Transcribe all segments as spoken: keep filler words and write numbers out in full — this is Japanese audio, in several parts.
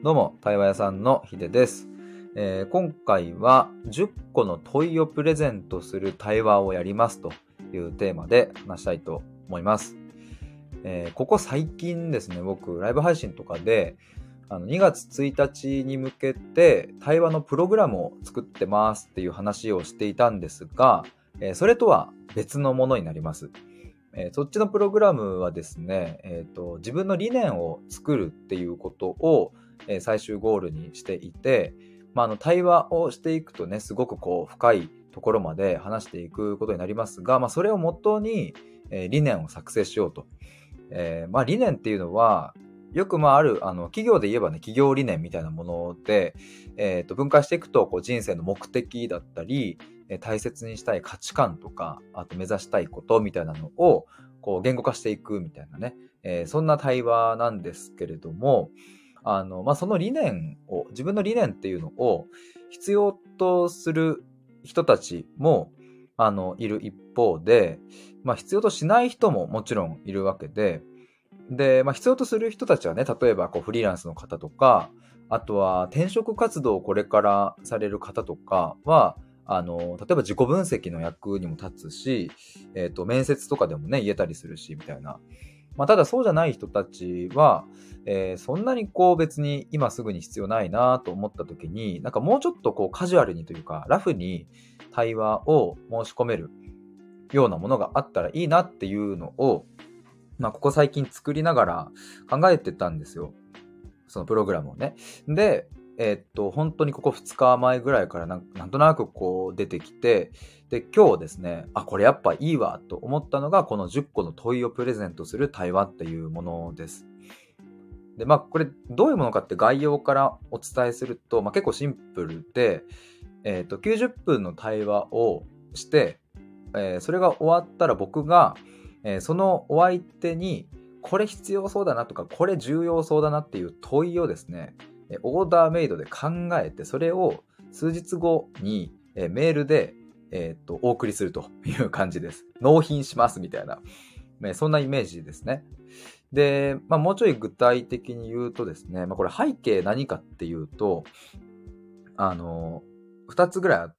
どうも、対話屋さんのひでです、えー今回はじゅっこの問いをプレゼントする対話をやりますというテーマで話したいと思います。えーここ最近ですね、僕ライブ配信とかであのにがつついたちに向けて対話のプログラムを作ってますっていう話をしていたんですが、えーそれとは別のものになります。えーそっちのプログラムはですね、えーと、自分の理念を作るっていうことを、えー最終ゴールにしていて、まあ、あの対話をしていくとね、すごくこう深いところまで話していくことになりますが、まあ、それをもとに、えー理念を作成しようと。えーまあ、理念っていうのは、よくまああるあの企業で言えばね、企業理念みたいなもので、えーと分解していくとこう人生の目的だったり、えー大切にしたい価値観とか、あと目指したいことみたいなのをこう言語化していくみたいなね、えーそんな対話なんですけれども、あの、まあ、その理念を、自分の理念っていうのを必要とする人たちもあのいる一方で、まあ、必要としない人ももちろんいるわけで、で、まあ、必要とする人たちはね、例えばこうフリーランスの方とか、あとは転職活動をこれからされる方とかは、あの、例えば自己分析の役にも立つし、えっと、面接とかでもね、言えたりするし、みたいな。まあ、ただそうじゃない人たちは、えーそんなにこう別に今すぐに必要ないなと思った時に、なんかもうちょっとこうカジュアルにというか、ラフに対話を申し込めるようなものがあったらいいなっていうのを、まあ、ここ最近作りながら考えてたんですよ。そのプログラムをね。で、えーっと、本当にここふつかまえぐらいからなんなんとなくこう出てきて、で、今日ですね、あ、これやっぱいいわと思ったのが、このじゅっこの問いをプレゼントする対話っていうものです。で、まあ、これどういうものかって概要からお伝えすると、まあ、結構シンプルで、えーっと、きゅうじゅっぷんの対話をして、えーそれが終わったら僕が、えーそのお相手にこれ必要そうだなとかこれ重要そうだなっていう問いをですね、えーオーダーメイドで考えて、それを数日後に、えーメールで、えーとお送りするという感じです。納品しますみたいな、えーそんなイメージですね。で、まあ、もうちょい具体的に言うとですね、まあ、これ背景何かっていうと、あのふたつぐらいあって、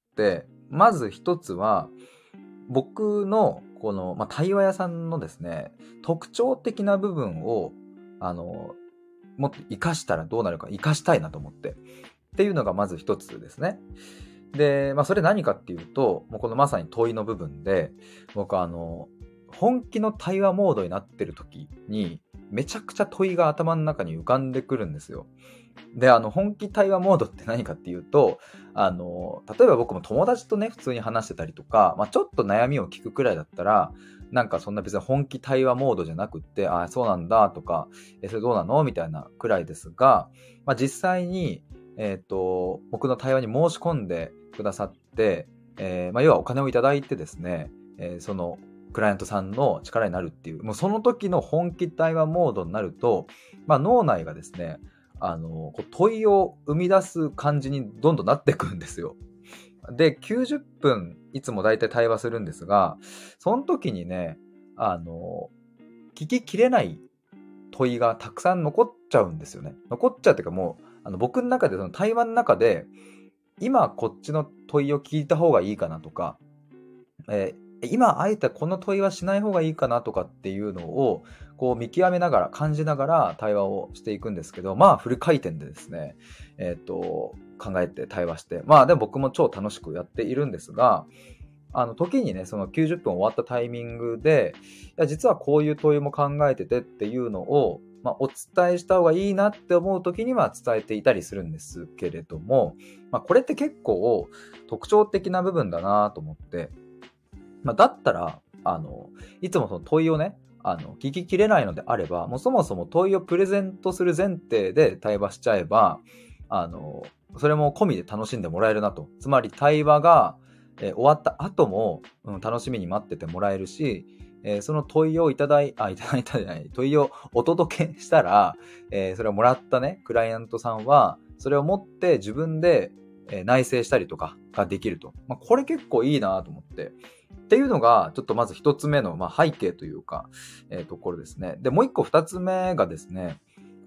まずひとつは僕のこの、まあ、対話屋さんのですね、特徴的な部分をあのもっと活かしたらどうなるか、活かしたいなと思ってっていうのがまず一つですね。で、まあ、それ何かっていうと、もうこのまさに問いの部分で、僕あの本気の対話モードになってる時にめちゃくちゃ問いが頭の中に浮かんでくるんですよ。で、あの、本気対話モードって何かっていうと、あの、例えば僕も友達とね、普通に話してたりとか、まあ、ちょっと悩みを聞くくらいだったら、なんかそんな別に本気対話モードじゃなくって、ああ、そうなんだとか、え、それどうなのみたいなくらいですが、まあ、実際に、えっと、僕の対話に申し込んでくださって、えーまあ、要はお金をいただいてですね、えーそのクライアントさんの力になるっていう、もうその時の本気対話モードになると、まあ、脳内がですね、あのこう問いを生み出す感じにどんどんなっていくんですよ。で、きゅうじゅっぷんいつもだいたい対話するんですが、その時にね、あの聞ききれない問いがたくさん残っちゃうんですよね。残っちゃうっていうか、もうあの僕の中でその対話の中で今こっちの問いを聞いた方がいいかなとか、えー今あえてこの問いはしない方がいいかなとかっていうのをこう見極めながら感じながら対話をしていくんですけど、まあフル回転でですね、えっと考えて対話して、まあでも僕も超楽しくやっているんですが、あの時にね、そのきゅうじゅっぷん終わったタイミングで、いや実はこういう問いも考えててっていうのを、まあ、お伝えした方がいいなって思う時には伝えていたりするんですけれども、まあ、これって結構特徴的な部分だなと思って、まあ、だったらあのいつもその問いをね、あの聞ききれないのであれば、もうそもそも問いをプレゼントする前提で対話しちゃえば、あのそれも込みで楽しんでもらえるなと。つまり対話が、えー終わった後も、うん、楽しみに待っててもらえるし、えーその問いをいただいあいただいたじゃない問いをお届けしたら、えーそれをもらったねクライアントさんはそれを持って自分で、えー内省したりとかができると、まあ、これ結構いいなと思ってっていうのがちょっとまず一つ目の、まあ、背景というか、えーところですね。でもう一個二つ目がですね、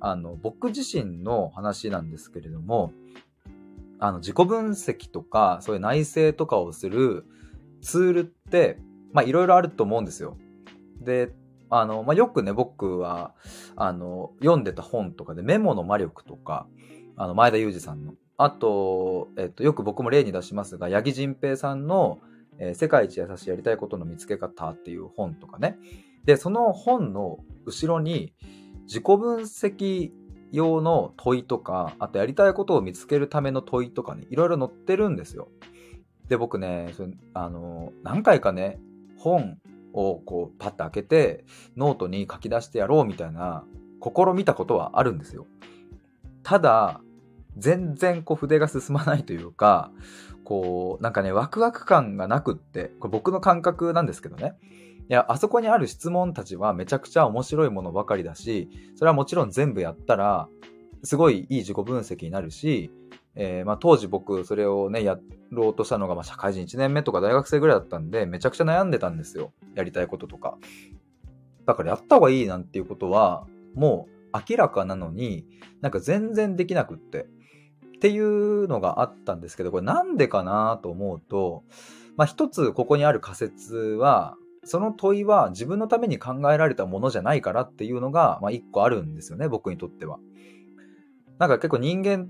あの、僕自身の話なんですけれども、あの、自己分析とか、そういう内省とかをするツールって、まあ、いろいろあると思うんですよ。で、あの、まあ、よくね、僕は、あの、読んでた本とかでメモの魔力とか、あの、前田裕二さんの、あと、えっと、よく僕も例に出しますが、八木仁平さんの、えー世界一優しいやりたいことの見つけ方っていう本とかね。で、その本の後ろに、自己分析用の問いとか、あとやりたいことを見つけるための問いとかね、いろいろ載ってるんですよ。で、僕ね、それあの、何回かね、本をこうパッと開けて、ノートに書き出してやろうみたいな、試みたことはあるんですよ。ただ、全然こう筆が進まないというか、こう、なんかね、ワクワク感がなくって、これ僕の感覚なんですけどね。いや、あそこにある質問たちはめちゃくちゃ面白いものばかりだし、それはもちろん全部やったら、すごいいい自己分析になるし、えーまあ、当時僕それをね、やろうとしたのが、まあ、社会人いちねんめとか大学生ぐらいだったんで、めちゃくちゃ悩んでたんですよ。やりたいこととか。だからやった方がいいなんていうことは、もう明らかなのに、なんか全然できなくって。っていうのがあったんですけど、これなんでかなと思うと、まあ一つここにある仮説は、その問いは自分のために考えられたものじゃないからっていうのが、まあ一個あるんですよね、僕にとっては。なんか結構人間って、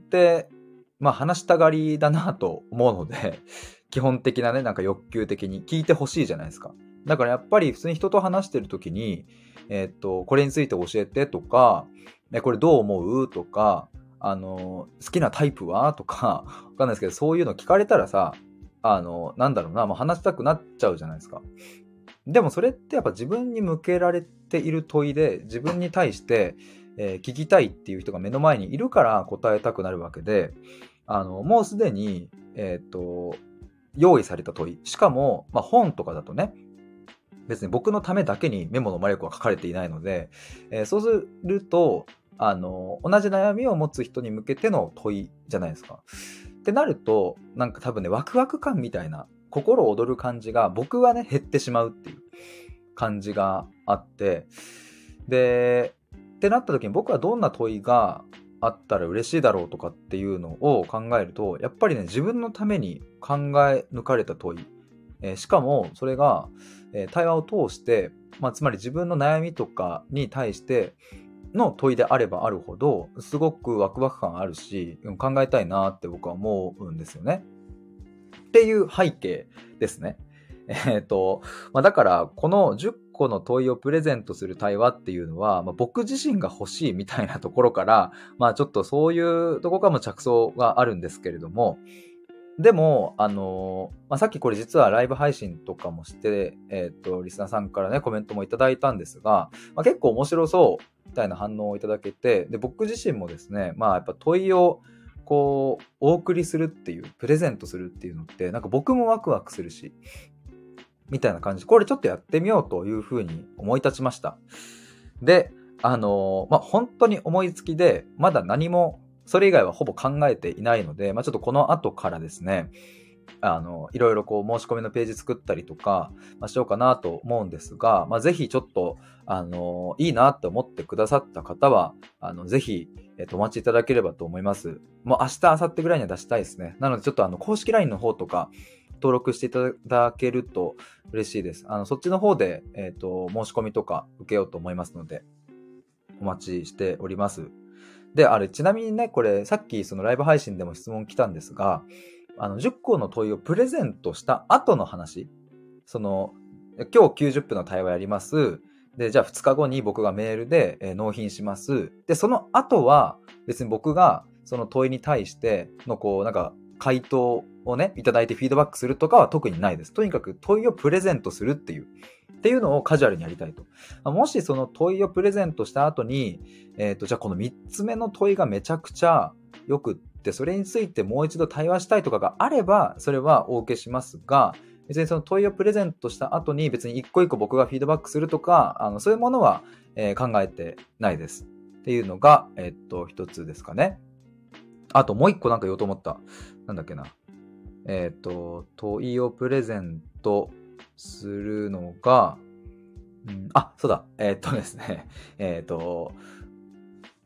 まあ話したがりだなと思うので、基本的なね、なんか欲求的に聞いてほしいじゃないですか。だからやっぱり普通に人と話してる時に、えーっと、これについて教えてとか、えこれどう思うとか、あの、好きなタイプはとか、わかんないですけど、そういうの聞かれたらさ、あの、なんだろうな、もう話したくなっちゃうじゃないですか。でもそれってやっぱ自分に向けられている問いで、自分に対して、えー聞きたいっていう人が目の前にいるから答えたくなるわけで、あの、もうすでに、えっと、用意された問い。しかも、まあ、本とかだとね、別に僕のためだけにメモの魔力は書かれていないので、えーそうすると、あの、同じ悩みを持つ人に向けての問いじゃないですか。ってなると、なんか多分ね、ワクワク感みたいな、心躍る感じが僕はね、減ってしまうっていう感じがあって、で、ってなった時に僕はどんな問いがあったら嬉しいだろうとかっていうのを考えると、やっぱりね、自分のために考え抜かれた問い、えーしかもそれが、えー対話を通して、まあ、つまり自分の悩みとかに対しての問いであればあるほど、すごくワクワク感あるし、うん考えたいなって僕は思うんですよね。っていう背景ですね。えっと、まあ、だから、このじゅっこの問いをプレゼントする対話っていうのは、まあ、僕自身が欲しいみたいなところから、まあ、ちょっとそういうところからも着想があるんですけれども、でも、あのまあ、さっきこれ実はライブ配信とかもして、えっと、リスナーさんからね、コメントもいただいたんですが、まあ、結構面白そうみたいな反応をいただけて、で、僕自身もですね、まあ、やっぱ問いをこう、お送りするっていう、プレゼントするっていうのって、なんか僕もワクワクするし、みたいな感じで、これちょっとやってみようというふうに思い立ちました。で、あのまあ、本当に思いつきで、まだ何も、それ以外はほぼ考えていないので、まあ、ちょっとこの後からですね、あの、いろいろこう申し込みのページ作ったりとか、まあ、しようかなと思うんですが、まあ、ぜひちょっと、あの、いいなって思ってくださった方は、あの、ぜひ、えっと、お待ちいただければと思います。もう明日、明後日ぐらいには出したいですね。なので、ちょっとあの、公式 ライン の方とか、登録していただけると嬉しいです。あの、そっちの方で、えっと、申し込みとか受けようと思いますので、お待ちしております。で、あれ、ちなみにね、これ、さっきそのライブ配信でも質問来たんですが、あの、じゅっこの問いをプレゼントした後の話、その、今日きゅうじゅっぷんの対話やります。で、じゃあふつかごに僕がメールで、えー納品します。で、その後は別に僕がその問いに対してのこう、なんか回答をね、いただいてフィードバックするとかは特にないです。とにかく問いをプレゼントするっていう、っていうのをカジュアルにやりたいと。もしその問いをプレゼントした後に、えっと、じゃあこのみっつめの問いがめちゃくちゃよくって、それについてもう一度対話したいとかがあれば、それはお受けしますが、別にその問いをプレゼントした後に別に一個一個僕がフィードバックするとか、あのそういうものは、えー考えてないです。っていうのが、えっと、一つですかね。あともう一個なんか言おうと思った。なんだっけな。えっと、問いをプレゼントするのが、うん、あ、そうだ。えっとですね。えっと、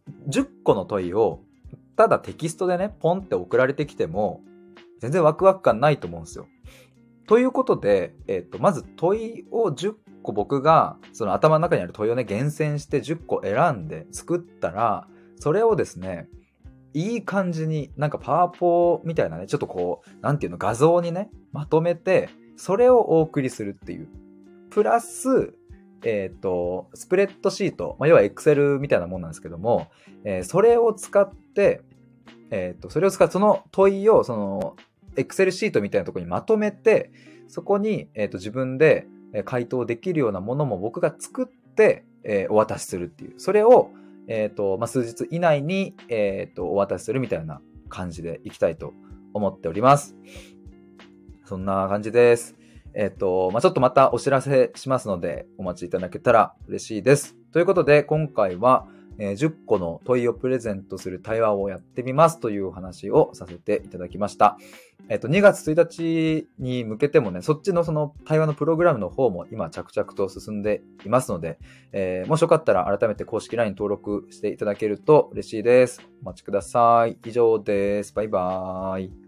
じゅっこの問いをただテキストでね、ポンって送られてきても、全然ワクワク感ないと思うんですよ。ということで、えっと、まず問いをじゅっこ僕が、その頭の中にある問いをね、厳選してじゅっこ選んで作ったら、それをですね、いい感じに、なんかパワポみたいなね、ちょっとこう、なんていうの、画像にね、まとめて、それをお送りするっていう。プラス、えっと、スプレッドシート、まあ、要は Excel みたいなもんなんですけども、えーそれを使って、えっと、それを使って、その問いを、その、Excel シートみたいなところにまとめて、そこに、えっと、自分でえー回答できるようなものも僕が作って、えーお渡しするっていう。それを、えっと、まあ、数日以内に、えっと、お渡しするみたいな感じでいきたいと思っております。そんな感じです。えっと、まあ、ちょっとまたお知らせしますので、お待ちいただけたら嬉しいです。ということで、今回は、えーじゅっこの問いをプレゼントする対話をやってみますというお話をさせていただきました。えっと、にがつついたちに向けてもね、そっちのその対話のプログラムの方も今着々と進んでいますので、えーもしよかったら改めて公式 ライン 登録していただけると嬉しいです。お待ちください。以上です。バイバーイ。